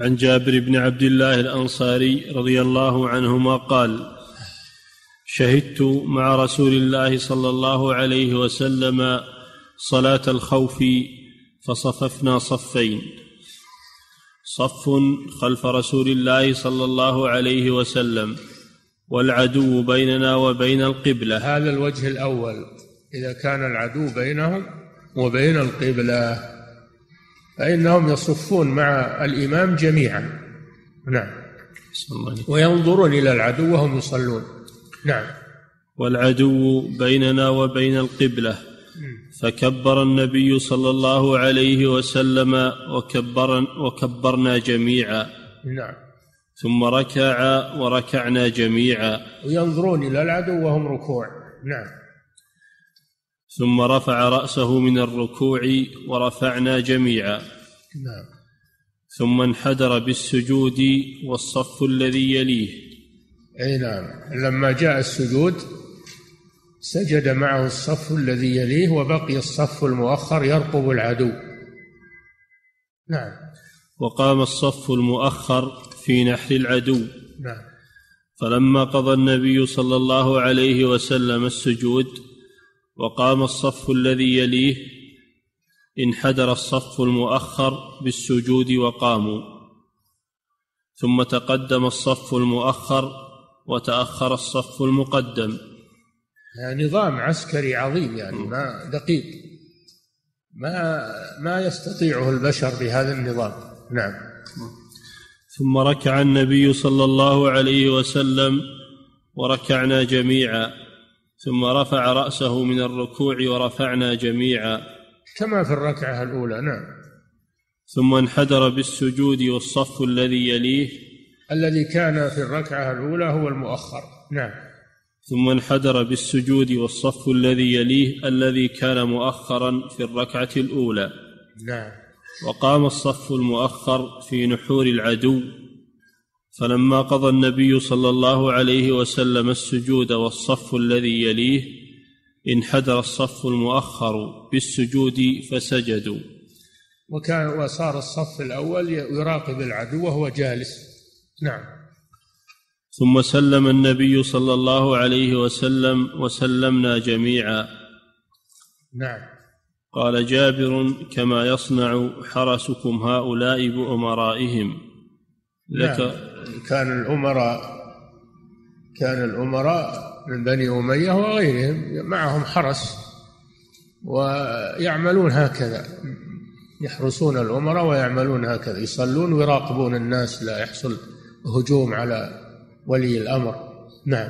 عن جابر بن عبد الله الأنصاري رضي الله عنهما قال: شهدت مع رسول الله صلى الله عليه وسلم صلاة الخوف فصففنا صفين، صف خلف رسول الله صلى الله عليه وسلم والعدو بيننا وبين القبلة. هذا الوجه الأول، إذا كان العدو بينهم وبين القبلة فإنهم يصفون مع الإمام جميعا. نعم. وينظرون إلى العدو وهم يصلون. نعم. والعدو بيننا وبين القبلة، فكبر النبي صلى الله عليه وسلم وكبرنا جميعا. نعم. ثم ركع وركعنا جميعا. وينظرون إلى العدو وهم ركوع. نعم. ثم رفع رأسه من الركوع ورفعنا جميعا. نعم. ثم انحدر بالسجود والصف الذي يليه. أي نعم. لما جاء السجود سجد معه الصف الذي يليه، وبقي الصف المؤخر يرقب العدو. نعم. وقام الصف المؤخر في نحر العدو. نعم. فلما قضى النبي صلى الله عليه وسلم السجود وقام الصف الذي يليه انحدر الصف المؤخر بالسجود وقاموا، ثم تقدم الصف المؤخر وتأخر الصف المقدم. نظام عسكري عظيم، يعني ما دقيق، ما يستطيعه البشر بهذا النظام. نعم. ثم ركع النبي صلى الله عليه وسلم وركعنا جميعا، ثم رفع رأسه من الركوع ورفعنا جميعا كما في الركعة الأولى. نعم. ثم انحدر بالسجود والصف الذي يليه. الذي كان في الركعة الأولى هو المؤخر. نعم. ثم انحدر بالسجود والصف الذي يليه الذي كان مؤخرا في الركعة الأولى. نعم. وقام الصف المؤخر في نحور العدو. فلما قضى النبي صلى الله عليه وسلم السجود والصف الذي يليه انحدر الصف المؤخر بالسجود فسجدوا. وصار الصف الأول يراقب العدو وهو جالس. نعم. ثم سلم النبي صلى الله عليه وسلم وسلمنا جميعا. نعم. قال جابر: كما يصنع حرسكم هؤلاء بأمرائهم. نعم. كان الأمراء من بني أمية وغيرهم معهم حرس ويعملون هكذا، يحرسون الأمراء ويعملون هكذا، يصلون ويراقبون الناس لا يحصل هجوم على ولي الأمر. نعم.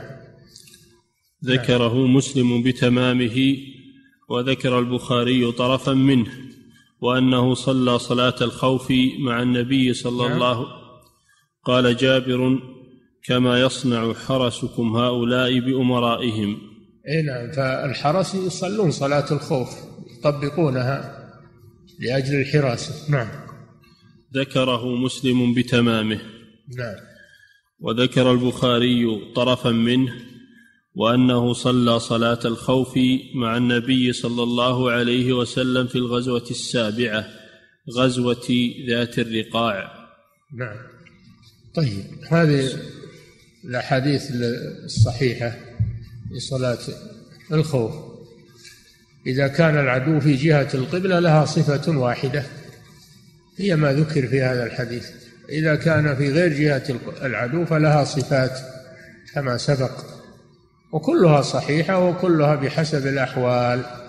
ذكره مسلم بتمامه، وذكر البخاري طرفا منه، وأنه صلى صلاة الخوف مع النبي صلى الله عليه وسلم. قال جابر: كما يصنع حرسكم هؤلاء بأمرائهم. اي نعم. فالحرس يصلون صلاة الخوف، يطبقونها لأجل الحراسة. نعم. ذكره مسلم بتمامه. نعم. وذكر البخاري طرفا منه، وأنه صلى صلاة الخوف مع النبي صلى الله عليه وسلم في الغزوة السابعة، غزوة ذات الرقاع. نعم. طيب، هذه الأحاديث الصحيحة لصلاة الخوف إذا كان العدو في جهة القبلة لها صفة واحدة هي ما ذكر في هذا الحديث، إذا كان في غير جهة العدو فلها صفات كما سبق، وكلها صحيحة وكلها بحسب الأحوال.